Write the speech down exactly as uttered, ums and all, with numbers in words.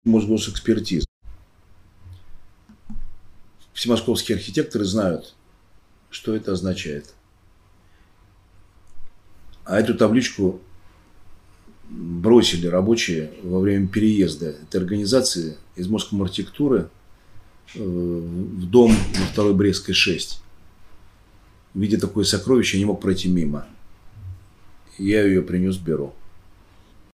Мосгосэкспертизы. Все московские архитекторы знают, что это означает. А эту табличку бросили рабочие во время переезда этой организации из Москомархитектуры в дом на второй Брестской, шесть. Видя такое сокровище, я не мог пройти мимо. Я ее принес в бюро.